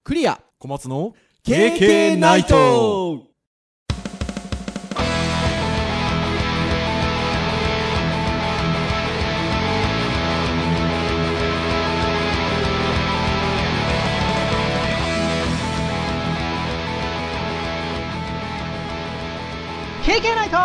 クリア小松の KK ナイト。 KK ナイト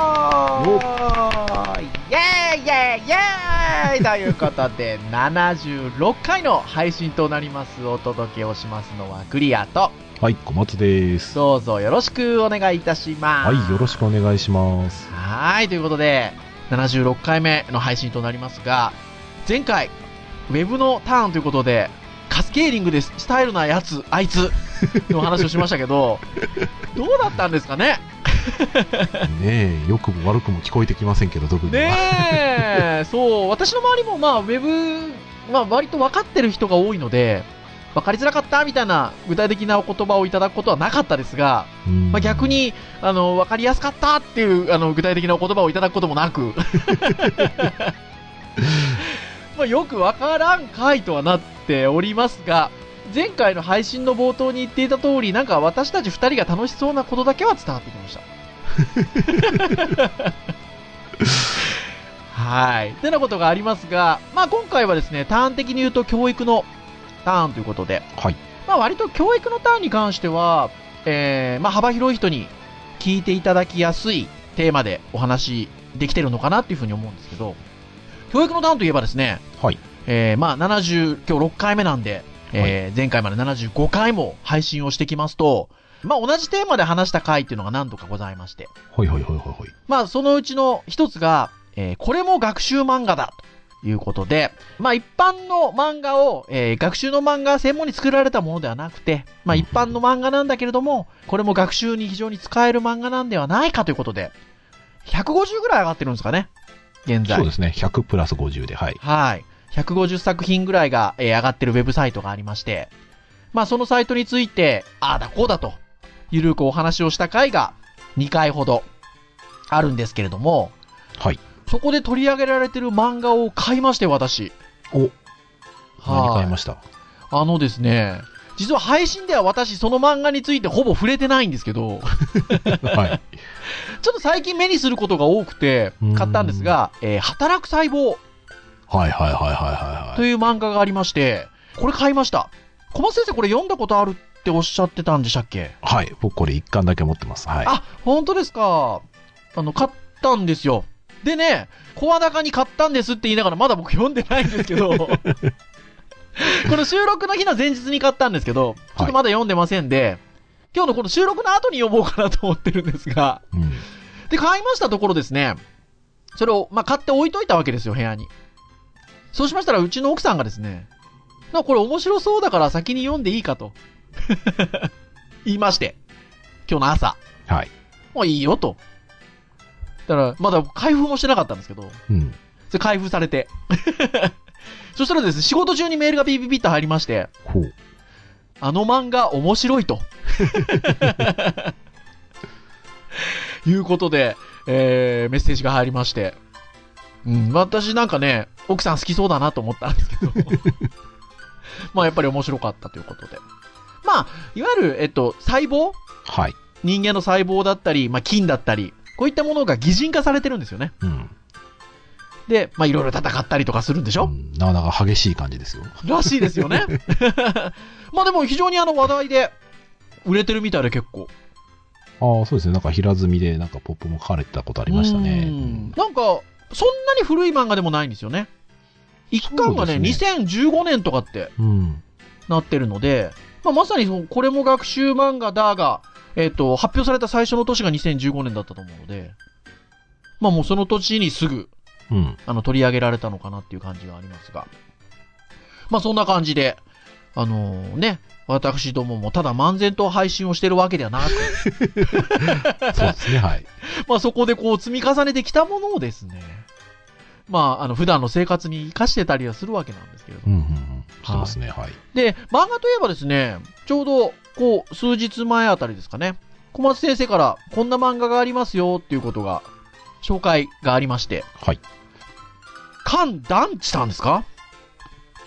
ーイエーイイエーイイエーイということで76回の配信となります。お届けをしますのはクリアと、 はい、小松です。 どうぞよろしくお願いいたします。 はい、よろしくお願いします。 はい、ということで76回目の配信となりますが、前回ウェブのターンということでカスケーリングでスタイルなやつあいつの話をしましたけどどうだったんですかね。 ねえ、良くも悪くも聞こえてきませんけど、特にはねえそう私の周りもウェブ、割と分かってる人が多いので分かりづらかったみたいな具体的なお言葉をいただくことはなかったですが、逆に分かりやすかったっていう具体的なお言葉をいただくこともなくよく分からん回とはなっておりますが、前回の配信の冒頭に言っていた通り、なんか私たち2人が楽しそうなことだけは伝わってきましたはいてなことがありますが、今回はですね、ターン的に言うと教育のターンということで、 はい、 割と教育のターンに関しては、幅広い人に聞いていただきやすいテーマでお話できてるのかなっていうふうに思うんですけど、教育のターンといえばですね、 はい、 70今日6回目なんで、前回まで75回も配信をしてきますと、同じテーマで話した回っていうのが何度かございまして、 はいはいはいはい。 そのうちの一つが、これも学習漫画だということで、一般の漫画を、学習の漫画専門に作られたものではなくて、一般の漫画なんだけれども、これも学習に非常に使える漫画なんではないかということで、150ぐらい上がってるんですかね、現在。 そうですね、100プラス50で、はい。 はい。150作品ぐらいが、上がってるウェブサイトがありまして、そのサイトについて、ああだこうだと、ゆるくお話をした回が2回ほどあるんですけれども、 はい。 そこで取り上げられてる漫画を買いまして、私。 お、何買いました？ ですね、実は配信では私その漫画についてほぼ触れてないんですけど、 はい。 ちょっと最近目にすることが多くて買ったんですが、働く細胞。 はいはいはいはいはい。 という漫画がありまして、これ買いました。小松先生、これ読んだことあるっておっしゃってたんでしたっけ？ はい、僕これ1巻だけ持ってます。はい。 あ、本当ですか。買ったんですよ。でね、声高に買ったんですって言いながらまだ僕読んでないんですけど、この収録の日の前日に買ったんですけど、ちょっとまだ読んでませんで、今日のこの収録の後に読もうかなと思ってるんですが、で、買いましたところですね、それを、買って置いといたわけですよ、部屋に。そうしましたら、うちの奥さんがですね、これ面白そうだから先に読んでいいかと言いまして、今日の朝。 はい。 もういいよと。だから、まだ開封もしてなかったんですけど、それ開封されて。そしたらですね、仕事中にメールがピーピーピッと入りまして、あの漫画面白いと。いうことで、メッセージが入りまして、私なんかね、奥さん好きそうだなと思ったんですけど、やっぱり面白かったということで。いわゆる、細胞、 はい。 人間の細胞だったり、菌だったり、こういったものが擬人化されてるんですよね。で、いろいろ戦ったりとかするんでしょ？ なかなか激しい感じですよ。 らしいですよね。でも非常に話題で売れてるみたいで結構。 ああ、そうですね。なんか平積みでなんかポップも書かれてたことありましたね。 なんか、そんなに古い漫画でもないんですよね。一巻がね、2015年とかってなってるので、まさにこれも学習漫画だが、発表された最初の年が2015年だったと思うので、もうその年にすぐ、取り上げられたのかなっていう感じがありますが。そんな感じで、私どももただ漫然と配信をしてるわけではなく、 そうですね、はい。 そこでこう積み重ねてきたものをですね、普段の生活に活かしてたりはするわけなんですけれども。 そうですね、はい。 で、漫画といえばですね、ちょうど、数日前あたりですかね、小松先生からこんな漫画がありますよっていうことが、紹介がありまして。 はい。 関団地さんですか？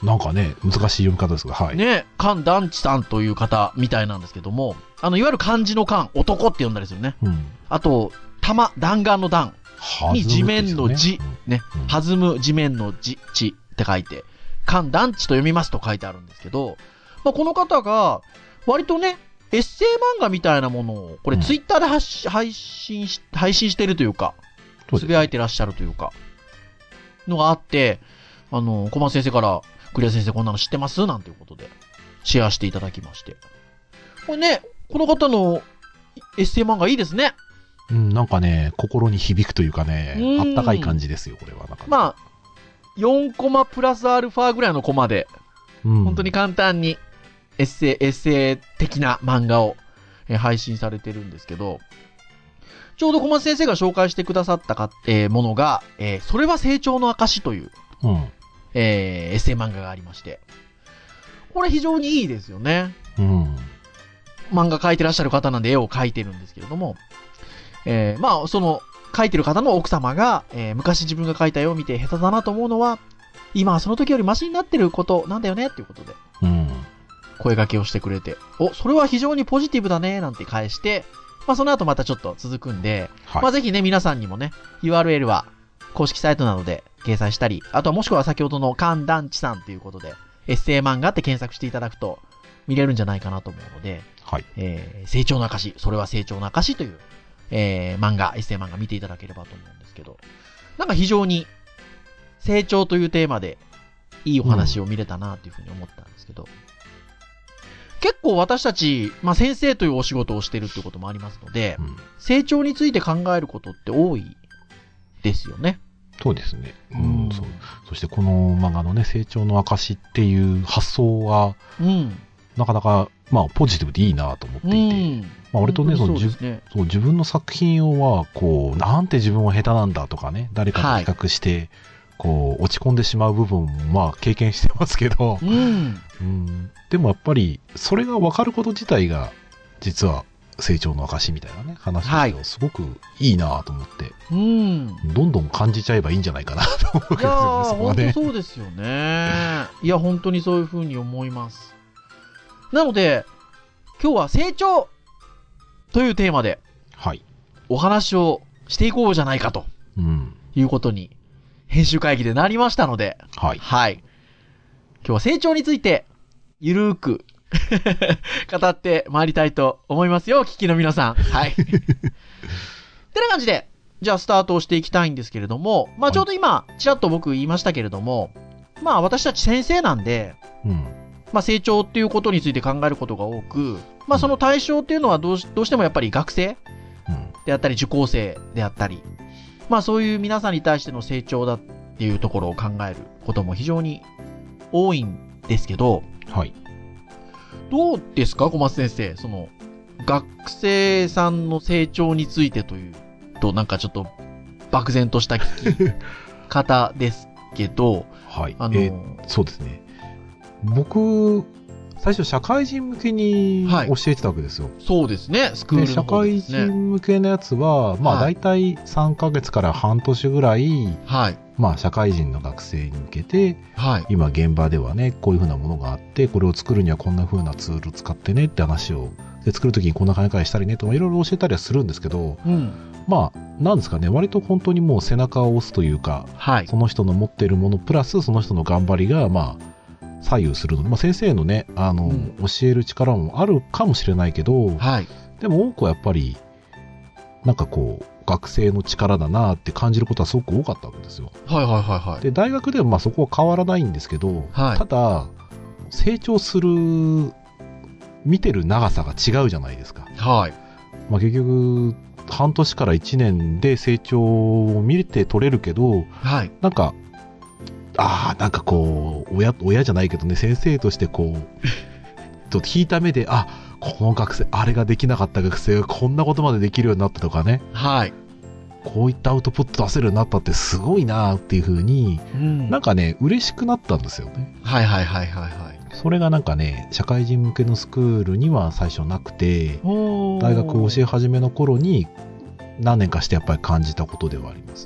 なんかね、難しい読み方ですが、はい。 ね、菅団地さんという方みたいなんですけども、いわゆる漢字の漢、男って呼んだりするね。 うん。 あと、弾丸の弾に地面の地、ね、弾む地面の地って書いて、菅団地と読みますと書いてあるんですけど、まあ、この方が、割とね、エッセイ漫画みたいなものを、これツイッターで配信してるというか、つぶやいてらっしゃるというか、のがあって、小松先生から、栗谷先生こんなの知ってますなんていうことで、シェアしていただきまして。これね、この方のエッセイ漫画いいですね。 うん、なんかね、心に響くというかね、あったかい感じですよ、これは。なんかまあ、4コマプラスアルファぐらいのコマで、本当に簡単にエッセイ的な漫画を配信されてるんですけど、ちょうど小松先生が紹介してくださったものが、それは成長の証という、エッセイ漫画がありまして、これ非常にいいですよね。漫画描いてらっしゃる方なんで絵を描いてるんですけれども、まあ、その描いてる方の奥様が、昔自分が描いた絵を見て下手だなと思うのは、今はその時よりマシになってることなんだよねっていうことで、声掛けをしてくれて、それは非常にポジティブだねなんて返して、まあその後またちょっと続くんで、まあぜひね皆さんにもね、URL は公式サイトなどで掲載したり、あとはもしくは先ほどの菅団地さんということで、エッセイ漫画って検索していただくと見れるんじゃないかなと思うので、成長の証、それは成長の証という、エッセイ漫画見ていただければと思うんですけど、なんか非常に成長というテーマでいいお話を見れたなというふうに思ったんですけど、結構私たち、まあ先生というお仕事をしているということもありますので、成長について考えることって多いですよね。 そうですね。そしてこの漫画のね、成長の証っていう発想が、なかなか、まあ、ポジティブでいいなと思っていて、まあ、割とね、自分の作品をこう、なんて自分は下手なんだとかね、誰かと比較して、こう、落ち込んでしまう部分も、経験してますけど、でもやっぱり、それが分かること自体が、実は成長の証みたいなね、話をすごくいいなと思って、どんどん感じちゃえばいいんじゃないかなと思うわけですよね、そこはね。 本当そうですよね。いや、本当にそういうふうに思います。なので、今日は成長というテーマで、お話をしていこうじゃないかと、いうことに、編集会議でなりましたので、今日は成長について、ゆるーく、語ってまいりたいと思いますよ、聞きの皆さん。ってな感じで、じゃあスタートをしていきたいんですけれども、まあちょうど今、ちらっと僕言いましたけれども、まあ私たち先生なんで、まあ成長っていうことについて考えることが多く、まあその対象っていうのはどうしてもやっぱり学生であったり受講生であったり、まあそういう皆さんに対しての成長だっていうところを考えることも非常に多いんですけど、どうですか小松先生、その学生さんの成長についてというと、なんかちょっと漠然とした聞き方ですけど、 そうですね。僕、最初社会人向けに教えてたわけですよ。 そうですね、スクールの方ですね。 社会人向けのやつは、まあ大体3ヶ月から半年ぐらい、まあ社会人の学生に向けて、今現場ではね、こういうふうなものがあって、これを作るにはこんなふうなツール使ってねって話を、で作るときにこんな考え方したりねとかいろいろ教えたりはするんですけど、まあなんですかね、割と本当にもう背中を押すというか、その人の持っているものプラスその人の頑張りがまあ左右するので、まあ、先生のね教える力もあるかもしれないけど、でも多くはやっぱりなんかこう学生の力だなって感じることはすごく多かったわけですよ。で大学ではまあそこは変わらないんですけど、ただ成長する見てる長さが違うじゃないですか。まあ、結局半年から1年で成長を見て取れるけど、なんかなんかこう親じゃないけどね、先生としてこうちょっと引いた目でこの学生あれができなかった学生がこんなことまでできるようになったとかね、こういったアウトプット出せるようになったってすごいなっていう風に、なんかね嬉しくなったんですよね。それがなんかね社会人向けのスクールには最初なくて、大学を教え始めの頃に何年かしてやっぱり感じたことではありますね。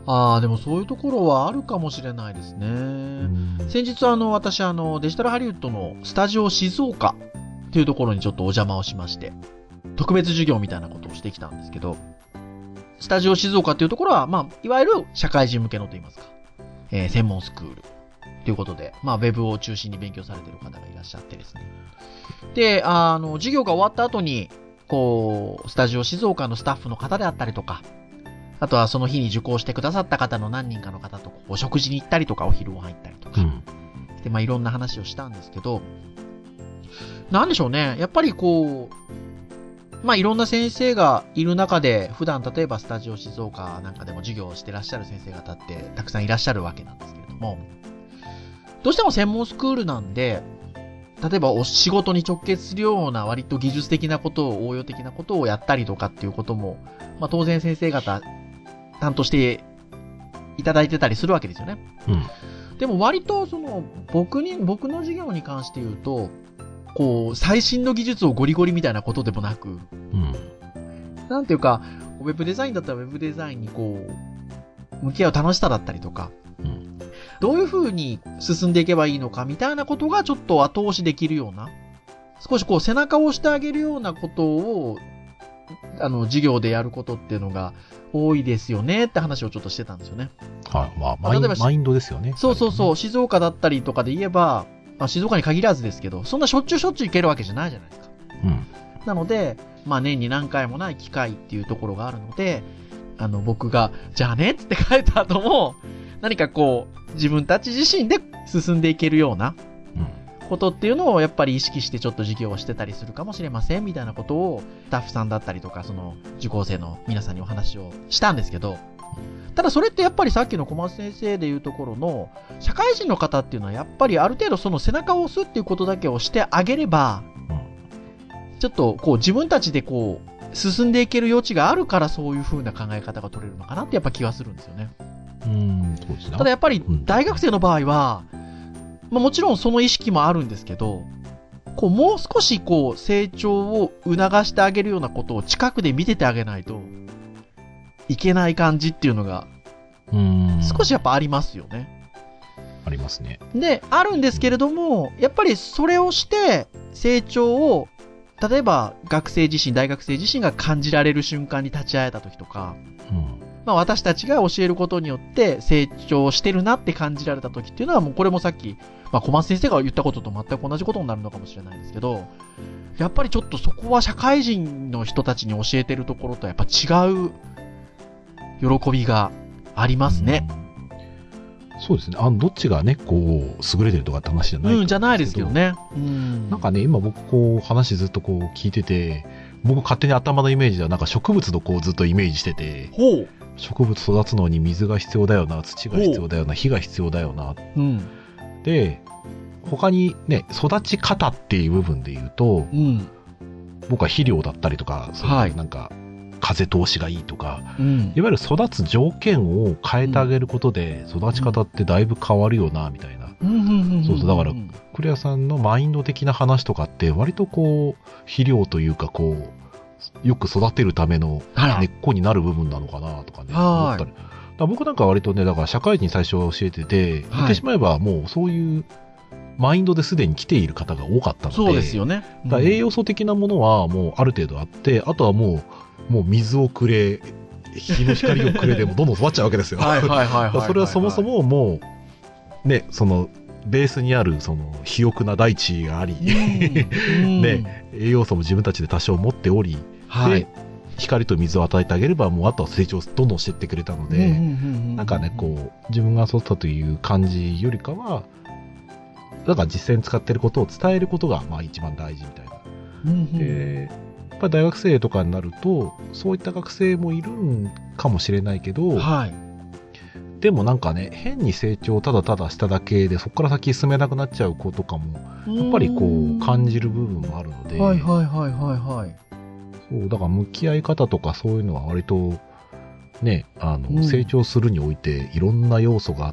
でもそういうところはあるかもしれないですね。先日私デジタルハリウッドのスタジオ静岡っていうところにちょっとお邪魔をしまして、特別授業みたいなことをしてきたんですけど、スタジオ静岡っていうところは、いわゆる社会人向けのといいますか、専門スクールということで、ウェブを中心に勉強されている方がいらっしゃってですね。で、授業が終わった後に、スタジオ静岡のスタッフの方であったりとか、あとはその日に受講してくださった方の何人かの方とお食事に行ったりとか、お昼ご飯行ったりとか、で、いろんな話をしたんですけど、なんでしょうね。やっぱりいろんな先生がいる中で、普段例えばスタジオ静岡なんかでも授業をしてらっしゃる先生方ってたくさんいらっしゃるわけなんですけれども、どうしても専門スクールなんで、例えばお仕事に直結するような割と技術的なことを、応用的なことをやったりとかっていうことも、当然先生方担当していただいてたりするわけですよね。でも割と僕の授業に関して言うと、最新の技術をゴリゴリみたいなことでもなく、なんていうか、ウェブデザインだったらウェブデザインに向き合う楽しさだったりとか、どういう風に進んでいけばいいのかみたいなことがちょっと後押しできるような、少し背中を押してあげるようなことを、授業でやることっていうのが多いですよねって話をちょっとしてたんですよね。 はい。例えばマインドですよね。 そう。静岡だったりとかで言えば、静岡に限らずですけど、そんなしょっちゅう行けるわけじゃないじゃないですか。なので、年に何回もない機会っていうところがあるので、僕が、じゃあねって帰った後も、何か自分たち自身で進んでいけるようなことっていうのをやっぱり意識してちょっと授業をしてたりするかもしれませんみたいなことをスタッフさんだったりとかその受講生の皆さんにお話をしたんですけど、ただそれってやっぱりさっきの小松先生でいうところの社会人の方っていうのはやっぱりある程度その背中を押すっていうことだけをしてあげれば、ちょっと自分たちで進んでいける余地があるからそういう風な考え方が取れるのかなってやっぱ気はするんですよね。 そうですね。 ただやっぱり大学生の場合は、もちろんその意識もあるんですけど、もう少し成長を促してあげるようなことを近くで見ててあげないといけない感じっていうのが少しやっぱありますよね。 ありますね。 で、あるんですけれども、やっぱりそれをして成長を例えば学生自身、大学生自身が感じられる瞬間に立ち会えた時とか、私たちが教えることによって成長してるなって感じられた時っていうのはもうこれもさっき、小松先生が言ったことと全く同じことになるのかもしれないですけど、やっぱりちょっとそこは社会人の人たちに教えてるところとやっぱ違う喜びがありますね。 そうですね。どっちがね、優れてるとかって話じゃないじゃないですけどね。 なんかね、今僕話ずっと聞いてて、僕勝手に頭のイメージではなんか植物とずっとイメージしてて、植物育つのに水が必要だよな、土が必要だよな、火が必要だよな。で、他にね、育ち方っていう部分で言うと、僕は肥料だったりとか、そういうなんか、風通しがいいとか、いわゆる育つ条件を変えてあげることで、育ち方ってだいぶ変わるよな、みたいな。だから、クレアさんのマインド的な話とかって、割と肥料というか、よく育てるための根っこになる部分なのかなとかね、思ったり。僕なんか割とね、だから社会人最初教えてて、言ってしまえばもうそういうマインドですでに来ている方が多かったので、 そうですよね。 だ栄養素的なものはもうある程度あって、あとはもう水をくれ、日の光をくれでもどんどん育っちゃうわけですよ。それはそもそももう、ね、その、ベースにあるその肥沃な大地があり、ね、栄養素も自分たちで多少持っており、で光と水を与えてあげればもうあとは成長どんどんしていってくれたので、なんかね自分が育ったという感じよりかはだから実践に使っていることを伝えることが一番大事みたいな。でやっぱり大学生とかになるとそういった学生もいるんかもしれないけど、でもなんかね、変に成長をただただしただけでそこから先進めなくなっちゃう子とかもやっぱり感じる部分もあるので、そうだから向き合い方とかそういうのは割とね、成長するにおいていろんな要素があって、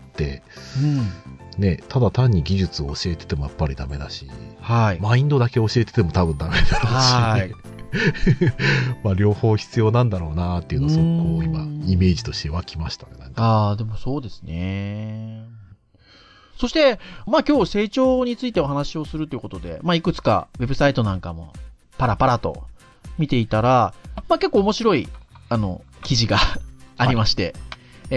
ね、ただ単に技術を教えててもやっぱりダメだし、マインドだけ教えてても多分ダメだろうし、 まあ両方必要なんだろうなっていうのをすごくこう今イメージとして湧きましたね。 ああ、でもそうですね。そして、まあ今日成長についてお話をするということで、まあいくつかウェブサイトなんかもパラパラと見ていたら、まあ結構面白い、記事がありまして、はい、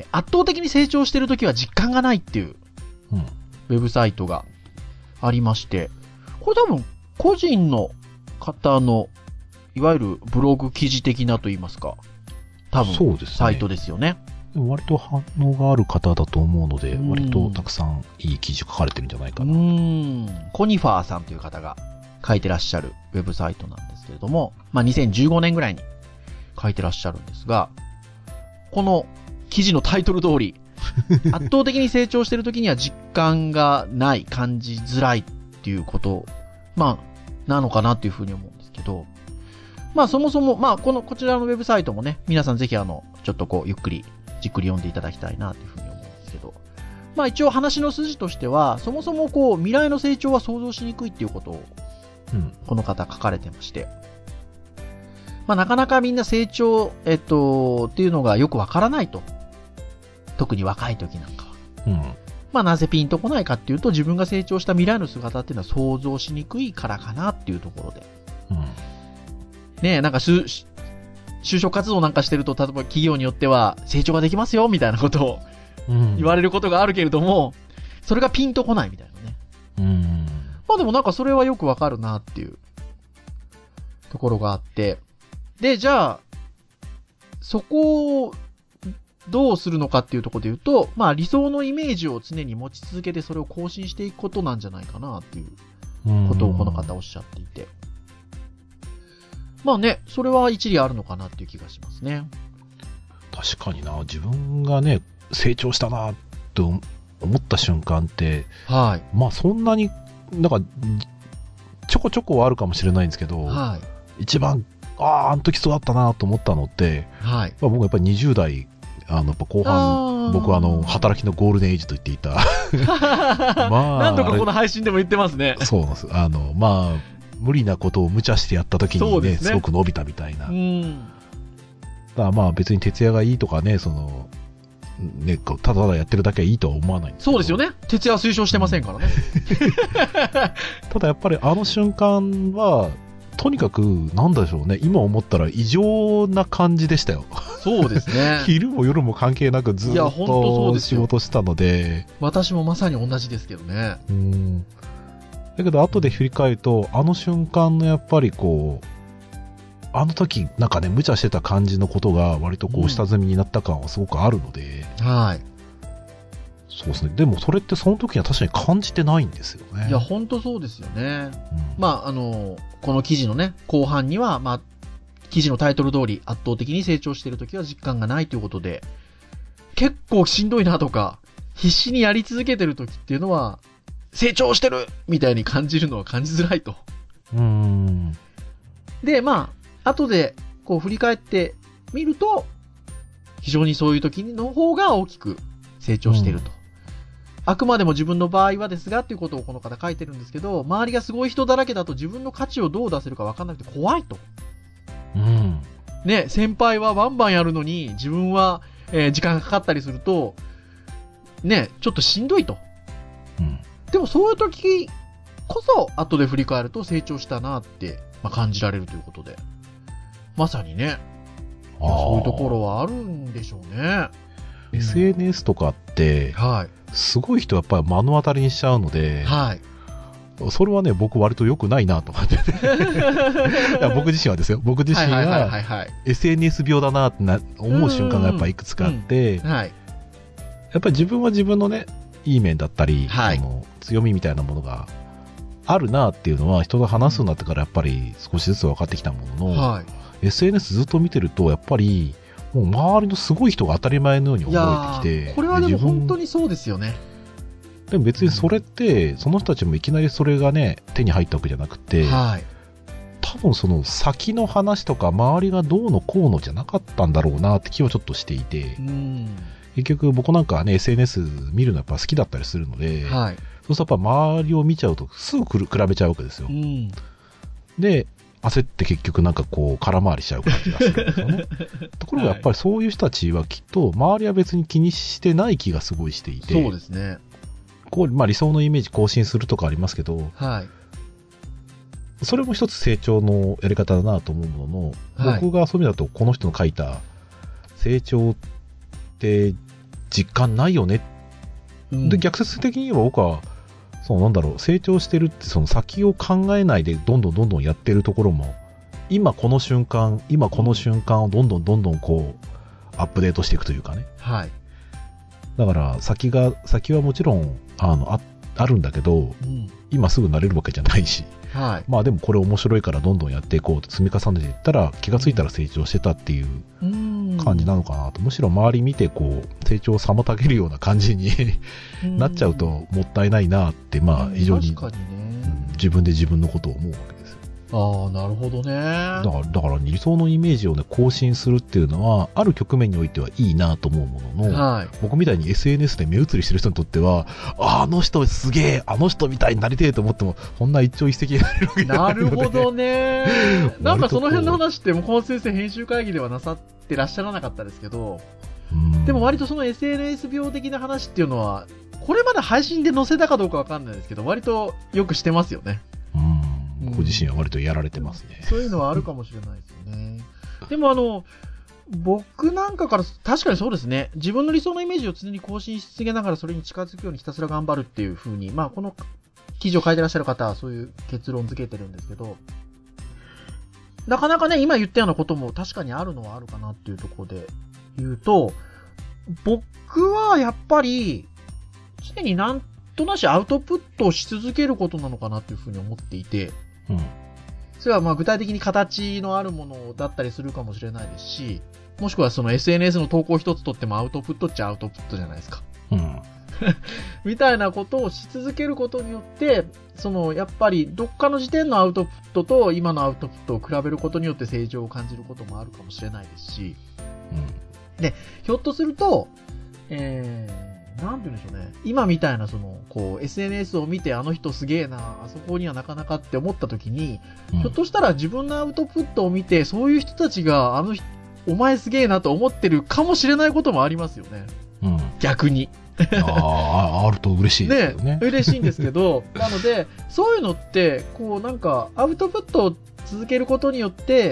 圧倒的に成長してるときは実感がないっていう、ウェブサイトがありまして、これ多分個人の方の、いわゆるブログ記事的なと言いますか、多分そうですね、 サイトですよね。 割と反応がある方だと思うので、割とたくさんいい記事書かれてるんじゃないかな。 コニファーさんという方が書いてらっしゃるウェブサイトなんですけれども、まあ2015年ぐらいに書いてらっしゃるんですが、この記事のタイトル通り、圧倒的に成長している時には実感がない、感じづらいっていうこと、まあ、なのかなっていうふうに思うんですけど、まあそもそも、まあこちらのウェブサイトもね、皆さんぜひちょっとこうゆっくりじっくり読んでいただきたいなというふうに思うんですけど、まあ一応話の筋としては、そもそもこう未来の成長は想像しにくいっていうことを、この方書かれてまして、まあなかなかみんな成長、っていうのがよくわからないと。特に若い時なんかは。まあなぜピンとこないかっていうと、自分が成長した未来の姿っていうのは想像しにくいからかなっていうところで。ねえ、なんか就職活動なんかしてると、例えば企業によっては成長ができますよみたいなことを言われることがあるけれども、それがピンとこないみたいなね。まあでもなんかそれはよくわかるなっていうところがあって、で、じゃあ、そこをどうするのかっていうところで言うと、まあ理想のイメージを常に持ち続けてそれを更新していくことなんじゃないかなっていうことをこの方おっしゃっていて。まあね、それは一理あるのかなっていう気がしますね。 確かにな、自分がね、成長したなって思った瞬間って、はい。まあそんなに、なんか、ちょこちょこはあるかもしれないんですけど、はい。一番、あの時そうだったなと思ったのって、はい。まあ、僕やっぱり20代、やっぱ後半、僕は働きのゴールデンエイジと言っていた。 まあ、何度かこの配信でも言ってますね。 そうなんです。まあ、無理なことを無茶してやった時にね、すごく伸びたみたいな。だからまあ別に徹夜がいいとかね、ね、ただただやってるだけはいいとは思わないんですけど。 そうですよね。徹夜は推奨してませんからね。 ただやっぱりあの瞬間は、とにかく、なんでしょうね、今思ったら異常な感じでしたよ。 そうですね。 昼も夜も関係なくずっと仕事したので。 私もまさに同じですけどね。 だけど後で振り返ると、あの瞬間のやっぱりこう、あの時なんかね、無茶してた感じのことが割とこう下積みになった感はすごくあるので。はい。そうですね。でもそれってその時には確かに感じてないんですよね。 いや、ほんとそうですよね。まあ、この記事のね、後半には、まあ、記事のタイトル通り圧倒的に成長している時は実感がないということで、結構しんどいなとか、必死にやり続けてる時っていうのは、成長してるみたいに感じるのは感じづらいと。で、まあ、後でこう振り返ってみると、非常にそういう時の方が大きく成長していると。あくまでも自分の場合はですがっていうことをこの方書いてるんですけど、周りがすごい人だらけだと自分の価値をどう出せるか分かんなくて怖いと。ね、先輩はバンバンやるのに自分は、時間がかかったりすると、ね、ちょっとしんどいと。でもそういう時こそ後で振り返ると成長したなって、まあ、感じられるということで。まさにね、そういうところはあるんでしょうね。 SNS とかって、すごい人はやっぱり目の当たりにしちゃうので、それはね、僕割と良くないなと思って。僕自身はですよ。僕自身は SNS 病だなって思う瞬間がやっぱいくつかあって、やっぱり自分は自分のね、いい面だったり、強みみたいなものがあるなっていうのは人と話すようになってからやっぱり少しずつ分かってきたものの、SNS ずっと見てるとやっぱりもう周りのすごい人が当たり前のように思えてきて、 これはでも本当にそうですよね。 でも別にそれって、その人たちもいきなりそれがね手に入ったわけじゃなくて、多分その先の話とか周りがどうのこうのじゃなかったんだろうなって気はちょっとしていて、結局僕なんかはね SNS 見るのやっぱ好きだったりするので、そうするとやっぱ周りを見ちゃうとすぐ比べちゃうわけですよ。で焦って結局なんかこう空回りしちゃう感じがするんですよね。ところがやっぱりそういう人たちはきっと周りは別に気にしてない気がすごいしていて、 そうですね。 こう、まあ理想のイメージ更新するとかありますけど、 はい。 それも一つ成長のやり方だなと思うものの、はい、僕がそういう意味だとこの人の書いた成長って実感ないよね、で逆説的に言えば僕はそうなんだろう、成長してるってその先を考えないでどんどんやってるところも今この瞬間をどんどんこうアップデートしていくというかね、 はい、 だから先はもちろんあるんだけど、今すぐなれるわけじゃないし、 はい、 まあでもこれ面白いからどんどんやっていこうと積み重ねていったら気がついたら成長してたっていう感じなのかなと、むしろ周り見てこう成長を妨げるような感じになっちゃうともったいないなって、まあ非常に、自分で自分のことを思うわけですよ。 ああ、なるほどね。 だから理想のイメージをね更新するっていうのはある局面においてはいいなと思うものの、 はい、僕みたいに SNS で目移りしてる人にとってはあの人すげえ、あの人みたいになりてえと思ってもこんな一朝一夕になれるわけじゃないので。 なるほどね。なんかその辺の話って小松先生編集会議ではなさってらっしゃらなかったですけど、でも割とその SNS 病的な話っていうのはこれまで配信で載せたかどうかわかんないですけど割とよくしてますよね。 ご自身は割とやられてますね。 そういうのはあるかもしれないですよね。でも僕なんかから確かにそうですね。自分の理想のイメージを常に更新し続けながらそれに近づくようにひたすら頑張るっていう風に、まあこの記事を書いてらっしゃる方はそういう結論付けてるんですけど、なかなかね今言ったようなことも確かにあるのはあるかなっていうところで言うと、僕はやっぱり常になんとなしアウトプットをし続けることなのかなっていうふうに思っていて、それはまあ具体的に形のあるものだったりするかもしれないですし、もしくはその SNS の投稿一つとってもアウトプットっちゃアウトプットじゃないですか。みたいなことをし続けることによって、そのやっぱりどっかの時点のアウトプットと今のアウトプットを比べることによって成長を感じることもあるかもしれないですし、で、ひょっとすると、なんて言うんでしょうね。今みたいなこう SNS を見てあの人すげえな、あそこにはなかなかって思った時に、ひょっとしたら自分のアウトプットを見てそういう人たちがお前すげえなと思ってるかもしれないこともありますよね。逆に。 あると嬉しいですよね。 嬉しいんですけど、なので、そういうのって、こうなんか、アウトプットを続けることによって、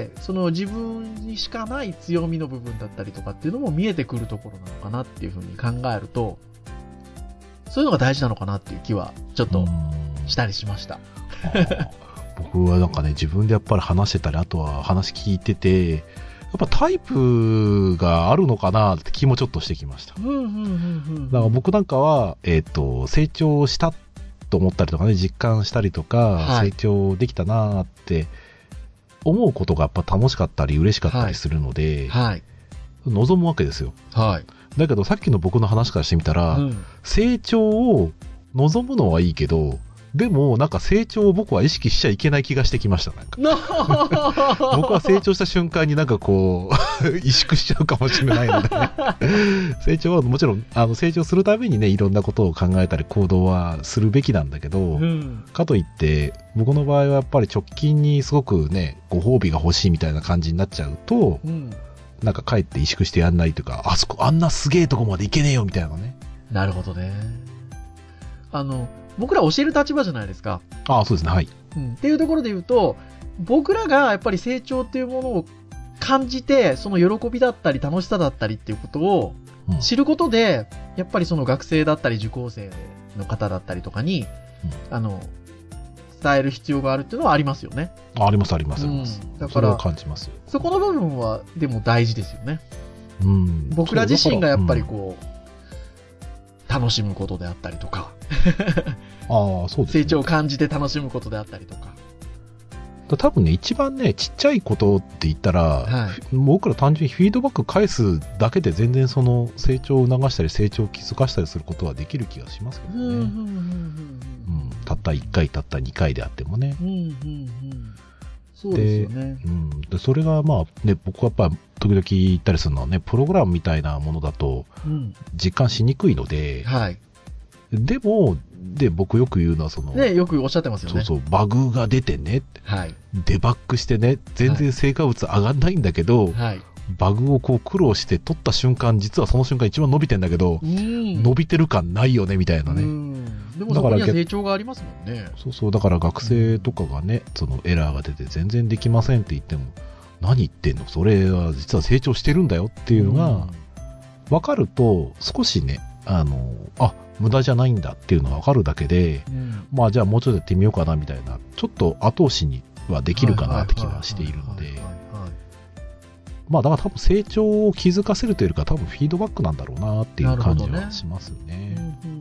その自分にしかない強みの部分だったりとかっていうのも見えてくるところなのかなっていうふうに考えると、そういうのが大事なのかなっていう気は、ちょっとしたりしました。 僕はなんかね、自分でやっぱり話してたり、あとは話聞いてて、やっぱタイプがあるのかなって気もちょっとしてきました。だから僕なんかは、成長したと思ったりとかね、実感したりとか、成長できたなって思うことがやっぱ楽しかったり嬉しかったりするので、望むわけですよ。だけどさっきの僕の話からしてみたら、成長を望むのはいいけど、でもなんか成長を僕は意識しちゃいけない気がしてきました。なんか僕は成長した瞬間になんかこう萎縮しちゃうかもしれないので成長はもちろん成長するためにね、いろんなことを考えたり行動はするべきなんだけど、かといって僕の場合はやっぱり直近にすごくねご褒美が欲しいみたいな感じになっちゃうと、なんかかえって萎縮してやんないというか、あんなすげえとこまでいけねえよみたいなね。 なるほどね。僕ら教える立場じゃないですか。 そうですね、はい。 っていうところで言うと、僕らがやっぱり成長っていうものを感じて、その喜びだったり楽しさだったりっていうことを知ることで、やっぱりその学生だったり受講生の方だったりとかに、伝える必要があるっていうのはありますよね。 あります。だからそれは感じます。 そこの部分はでも大事ですよね。僕ら自身がやっぱりこう、楽しむことであったりとかそうですね、 成長を感じて楽しむことであったりとか。 多分ね、一番ね、ちっちゃいことって言ったら、僕ら単純にフィードバック返すだけで全然その成長を促したり成長を気づかしたりすることはできる気がしますけどね。たった1回たった2回であってもね。 そうですよね。 でそれがまあね、僕はやっぱ時々言ったりするのはね、プログラムみたいなものだと実感しにくいので、でもで、僕よく言うのはね、よくおっしゃってますよね。 そうそう、バグが出てねって、 はい、 デバッグしてね、全然成果物上がんないんだけど、はい、バグをこう苦労して取った瞬間、実はその瞬間一番伸びてんだけど、伸びてる感ないよねみたいなね。 でもそこには成長がありますもんね。 そうそう、だから学生とかがね、そのエラーが出て全然できませんって言っても、何言ってんの、それは実は成長してるんだよっていうのが分かると、少しね、無駄じゃないんだっていうのが分かるだけで、まあじゃあもうちょっとやってみようかなみたいな、ちょっと後押しにはできるかなって気はしているので、まあだから多分成長を気づかせるというよりか、多分フィードバックなんだろうなっていう感じはしますね。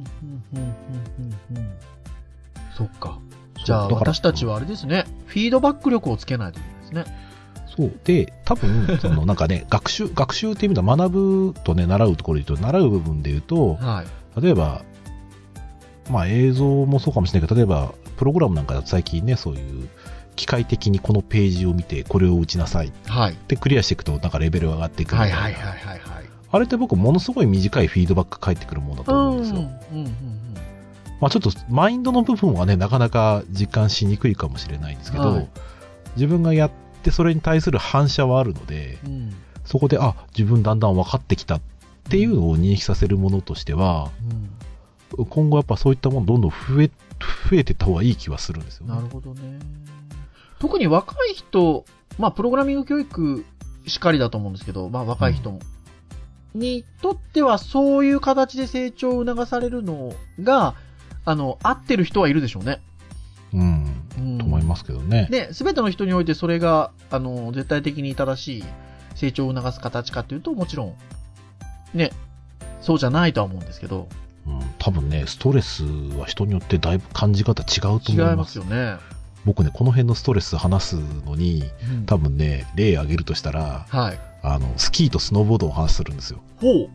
そっか。じゃあ私たちはあれですね、フィードバック力をつけないといけないですね。 そうで、多分なんかね、学習っていう意味では、学ぶとね、習うところで言うと、習う部分で言うと、はい、例えば、まあ映像もそうかもしれないけど、例えばプログラムなんかだと最近ね、そういう機械的にこのページを見てこれを打ちなさい、はい、でクリアしていくとなんかレベルが上がっていくみたいな、あれって僕ものすごい短いフィードバック返ってくるものだと思うんですよ。まあちょっとマインドの部分はね、なかなか実感しにくいかもしれないんですけど、はい、自分がやってそれに対する反射はあるので、そこで自分だんだん分かってきたっていうのを認識させるものとしては、今後やっぱそういったものどんどん増えていった方がいい気はするんですよね。 なるほどね。特に若い人、まあプログラミング教育しかりだと思うんですけど、まあ若い人にとってはそういう形で成長を促されるのが合ってる人はいるでしょうね。 と思いますけどね。 で、すべての人においてそれが絶対的に正しい成長を促す形かというと、もちろんね、そうじゃないとは思うんですけど。 多分ね、ストレスは人によってだいぶ感じ方違うと思います。 違いますよね。 僕ね、この辺のストレス話すのに、多分ね、例挙げるとしたら、はい、スキーとスノーボードを話するんですよ。 ほう。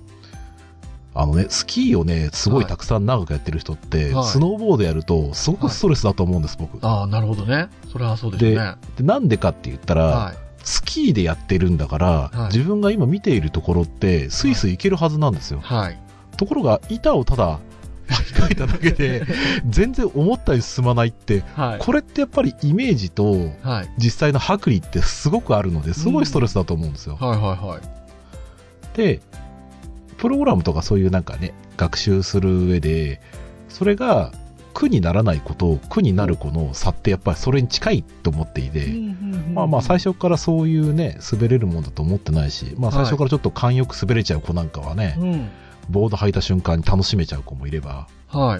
スキーをね、すごいたくさん長くやってる人って、はい、スノーボードやると、すごくストレスだと思うんです、僕。 なるほどね。それはそうですね。 で、なんでかって言ったら、はい、スキーでやってるんだから、はい、自分が今見ているところって、スイスイ行けるはずなんですよ。はい、ところが、板をただ、書いただけで全然思ったより進まないって、はい、これってやっぱりイメージと実際の剥離ってすごくあるのですごいストレスだと思うんですよ。で、プログラムとかそういうなんかね、学習する上でそれが苦にならない子と苦になる子の差ってやっぱりそれに近いと思っていて、まあ最初からそういうね滑れるもんだと思ってないし、まあ最初からちょっと勘よく滑れちゃう子なんかはね、ボード履いた瞬間に楽しめちゃう子もいれば、はい、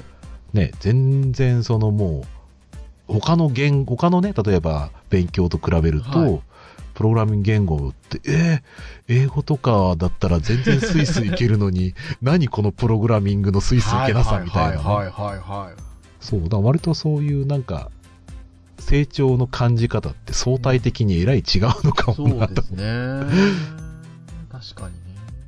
ね、全然もう他のね、例えば勉強と比べると、はい、プログラミング言語って英語とかだったら全然スイスいけるのに何このプログラミングのスイスいけなさみたいな、そうだ、割とそういうなんか成長の感じ方って相対的にえらい違うのかもなと。 そうですね。確かに。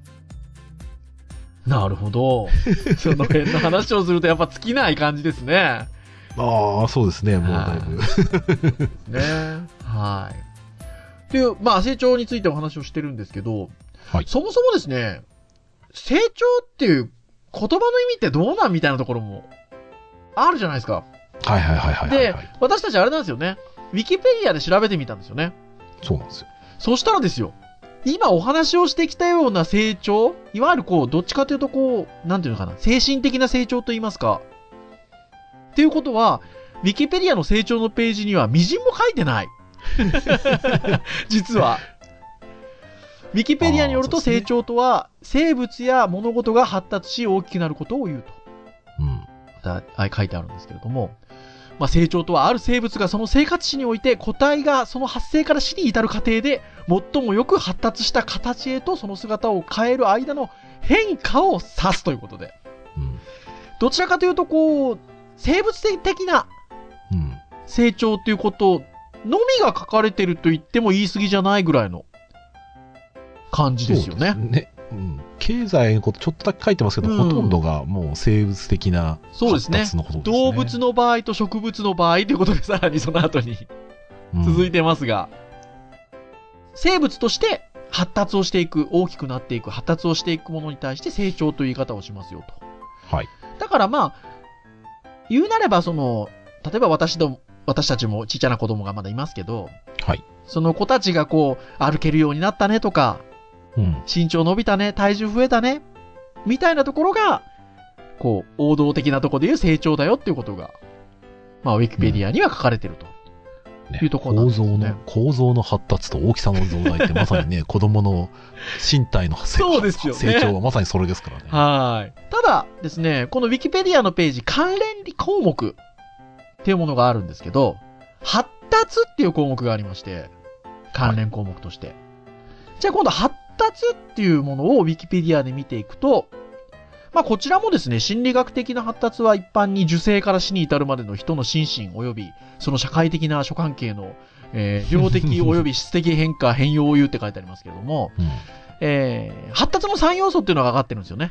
なるほど。その辺の話をするとやっぱ尽きない感じですね。 そうですね、もうだいぶ。 ね、はい。という、まあ成長についてお話をしてるんですけど、はい、そもそもですね、成長っていう言葉の意味ってどうなんみたいなところもあるじゃないですか。で、私たちあれなんですよね。ウィキペディアで調べてみたんですよね。 そうなんですよ。 そしたらですよ。今お話をしてきたような成長、いわゆるどっちかというとなんていうのかな、精神的な成長と言いますか。っていうことは、ウィキペディアの成長のページには微塵も書いてない。実は。ウィキペディアによると成長とは、生物や物事が発達し大きくなることを言うと。書いてあるんですけれども、まあ、成長とはある生物がその生活史において個体がその発生から死に至る過程で最もよく発達した形へとその姿を変える間の変化を指すということで、どちらかというと生物的な成長ということのみが書かれてると言っても言い過ぎじゃないぐらいの感じですよね。そうですね。 経済のことちょっとだけ書いてますけど、ほとんどがもう生物的な発達のことですね。 動物の場合と植物の場合ということでさらにその後に続いてますが、生物として発達をしていく、大きくなっていく、発達をしていくものに対して成長という言い方をしますよと。はい。だからまあ言うなれば例えば私たちもちっちゃな子供がまだいますけど、 はい。 その子たちがこう、歩けるようになったねとか、身長伸びたね、体重増えたね、みたいなところが、こう、王道的なところでいう成長だよっていうことが、まあ、ウィキペディアには書かれてると。いうところなんですね。 構造の発達と大きさの増大ってまさにね、子供の身体の成長はまさにそれですからね。 はい。ただですね、このウィキペディアのページ、関連項目っていうものがあるんですけど、発達っていう項目がありまして、関連項目として。はい、じゃあ今度発達っていうものをウィキペディアで見ていくと、まあこちらもですね、心理学的な発達は一般に受精から死に至るまでの人の心身及びその社会的な諸関係の、量的及び質的変化、変容を言うって書いてありますけれども、発達の3要素っていうのが上がってるんですよね。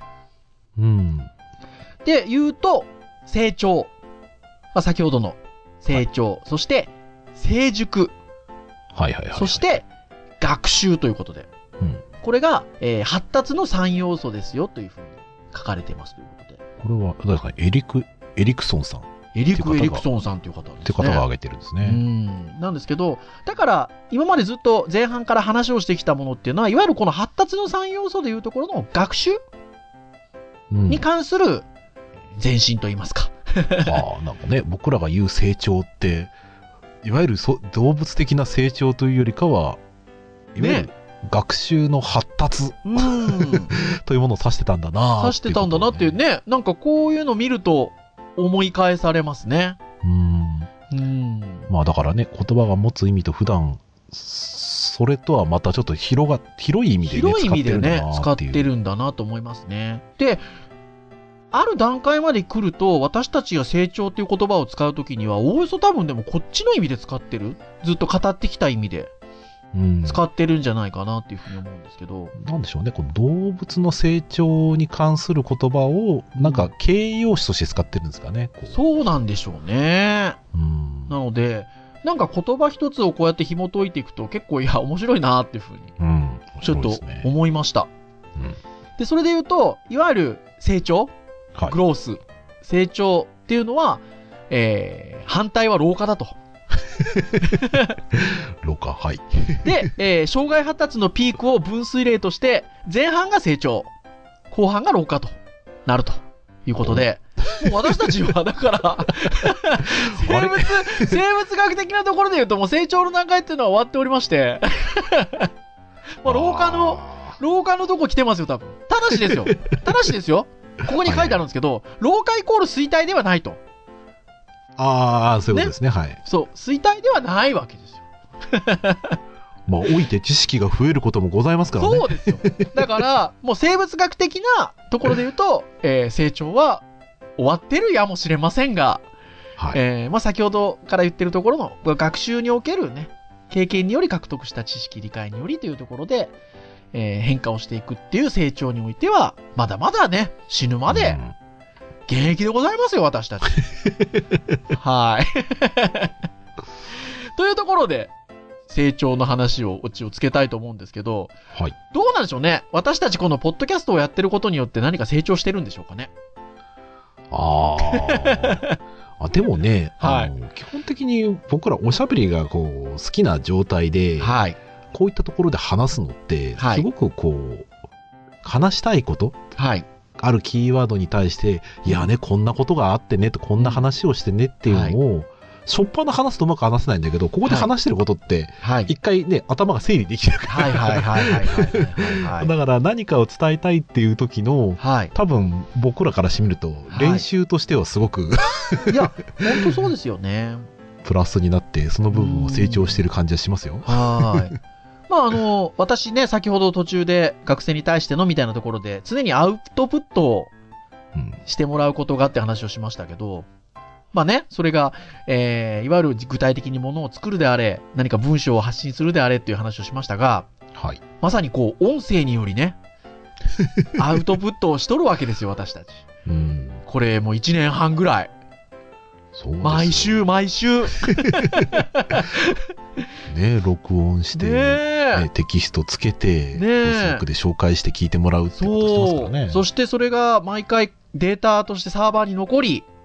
で、言うと、成長。まあ先ほどの成長。はい、そして、成熟。そして、学習ということで。これが、発達の3要素ですよというふうに書かれていますということで。 これは、誰ですか、エリクソンさん。 エリクソンさんという方ですね。 って方が挙げてるんですね。 なんですけど、だから、今までずっと前半から話をしてきたものっていうのは、いわゆるこの発達の3要素でいうところの学習に関する前進といいますか。 なんかね、僕らが言う成長って、いわゆる動物的な成長というよりかは、いわゆる学習の発達というものを指してたんだな指してたんだなっていうね、なんかこういうのを見ると思い返されますね。 まあだからね、言葉が持つ意味と普段、それとはまたちょっと広い意味でね、 使ってるんだなと思いますね。で、ある段階まで来ると、私たちが成長っていう言葉を使うときには、おおよそ多分でもこっちの意味で使ってる。ずっと語ってきた意味で。使ってるんじゃないかなっていうふうに思うんですけど。 なんでしょうね、この動物の成長に関する言葉を、なんか形容詞として使ってるんですかね。 そうなんでしょうね。なので、なんか言葉一つをこうやって紐解いていくと結構面白いなっていうふうに、ちょっと思いました。で、それで言うと、いわゆる成長、グロース、成長っていうのは、反対は老化だと。 老化、はい。 で、障害発達のピークを分水嶺として、前半が成長、後半が老化となるということで、もう私たちはだから生物学的なところで言うともう成長の段階っていうのは終わっておりましてまあ老化のとこ来てますよ多分。ただしですよここに書いてあるんですけど、老化イコール衰退ではないと。 そういうことですね。はい。 そう、衰退ではないわけですよ。 まあ、老いて知識が増えることもございますからね。 そうですよ。だから、もう生物学的なところで言うと、成長は終わってるやもしれませんが、まあ先ほどから言ってるところの学習におけるね、経験により獲得した知識、理解によりというところで、変化をしていくっていう成長においては、まだまだね、死ぬまで、現役でございますよ、私たち。はい。というところで、成長の話をオチをつけたいと思うんですけど、どうなんでしょうね。私たちこのポッドキャストをやってることによって何か成長してるんでしょうかね。 でもね、基本的に僕らおしゃべりがこう好きな状態で、こういったところで話すのって、すごくこう、話したいこと、あるキーワードに対して、いやね、こんなことがあってねと、こんな話をしてねっていうのを、しょっぱな話すとうまく話せないんだけど、ここで話してることって、一回ね、頭が整理できるから。だから何かを伝えたいっていう時の、多分僕らからしてみると、練習としてはすごくいや、本当そうですよね。 プラスになって、その部分を成長してる感じはしますよ。 まあ私ね、先ほど途中で学生に対してのみたいなところで、常にアウトプットをしてもらうことがって話をしましたけど、まあね、それが、いわゆる具体的にものを作るであれ、何か文章を発信するであれっていう話をしましたが、まさにこう、音声によりね、アウトプットをしとるわけですよ、私たち。これもう1年半ぐらい。毎週ね、録音して、テキストつけて、Facebook で紹介して聞いてもらうってことしてますからね。 そしてそれが毎回データとしてサーバーに残り、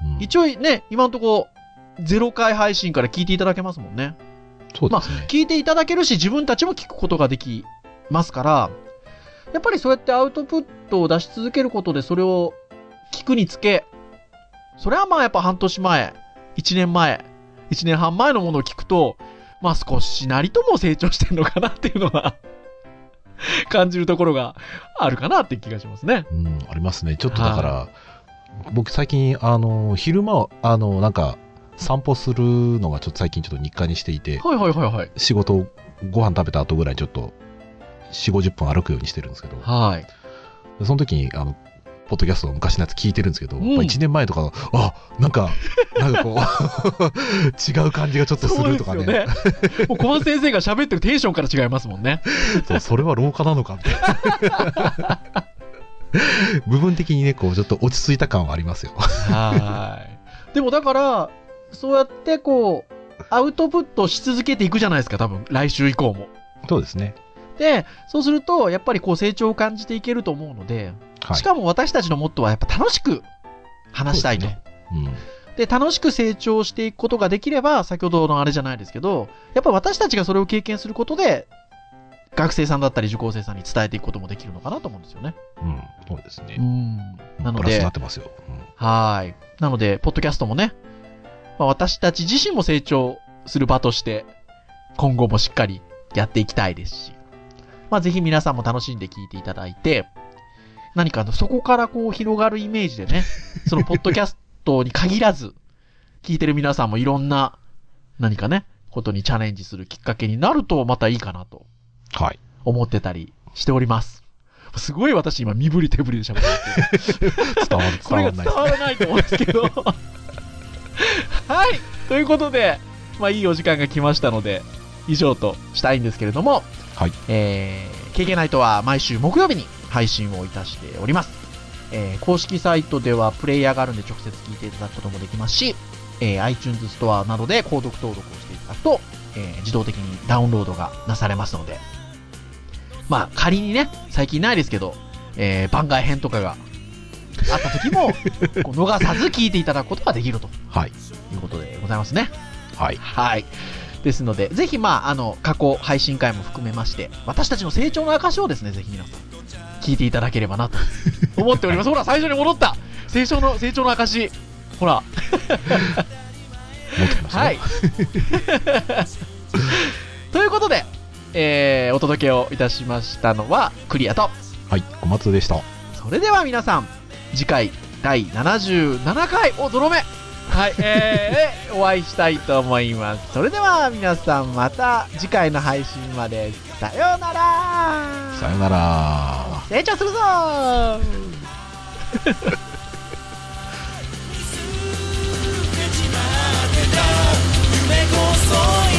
一応ね、今のところ0回配信から聞いていただけますもんね。 そうですね。 聞いていただけるし、自分たちも聞くことができますから、やっぱりそうやってアウトプットを出し続けることで、それを聞くにつけ、それはやっぱ半年前、1年前、1年半前のものを聞くと、少しなりとも成長してるのかなっていうのは感じるところがあるかなっていう気がしますね。 ありますね。ちょっとだから、僕最近、昼間、なんか、散歩するのがちょっと最近ちょっと日課にしていて、仕事、ご飯食べた後ぐらいちょっと、4、50分歩くようにしてるんですけど、その時に、ポッドキャストの昔のやつ聞いてるんですけど、1年前とか、なんかこう、違う感じがちょっとするとかね。 そうですよね。もう小松先生が喋ってるテンションから違いますもんね。 それは老化なのかみたいな。部分的にね、こう、ちょっと落ち着いた感はありますよ。 でもだから、そうやってこう、アウトプットし続けていくじゃないですか、多分、来週以降も。 そうですね。 で、そうすると、やっぱりこう成長を感じていけると思うので、しかも私たちのモットーはやっぱ楽しく話したいと。で、楽しく成長していくことができれば、先ほどのあれじゃないですけど、やっぱ私たちがそれを経験することで、学生さんだったり受講生さんに伝えていくこともできるのかなと思うんですよね。 そうですね。 なので、 プラスになってますよ。 なので、ポッドキャストもね、私たち自身も成長する場として、今後もしっかりやっていきたいですし、ぜひ皆さんも楽しんで聞いていただいて、何かそこからこう広がるイメージでね、そのポッドキャストに限らず、聞いてる皆さんもいろんな何かね、ことにチャレンジするきっかけになるとまたいいかなと、思ってたりしております。すごい私今身振り手振りで喋ってる。これが伝わらないと思うんですけど。ということで、いいお時間が来ましたので、以上としたいんですけれども、KK ナイトは毎週木曜日に配信をいたしております。公式サイトではプレイヤーがあるんで直接聞いていただくこともできますし、iTunes ストアなどで購読登録をしていただくと、自動的にダウンロードがなされますので、仮にね、最近ないですけど、番外編とかがあった時も逃さず聞いていただくことができると、いうことでございますね。ですので、ぜひ過去配信会も含めまして、私たちの成長の証をですね、ぜひ皆さん聞いていただければなと思っております。ほら、最初に戻った成長の証。ほら。 持ってきましたね。 ということで、お届けをいたしましたのはクリアと小松でした。 それでは皆さん、次回第77回ゾロ目お会いしたいと思います。それでは皆さん、また次回の配信まで。さようなら。 さようなら。 成長するぞー。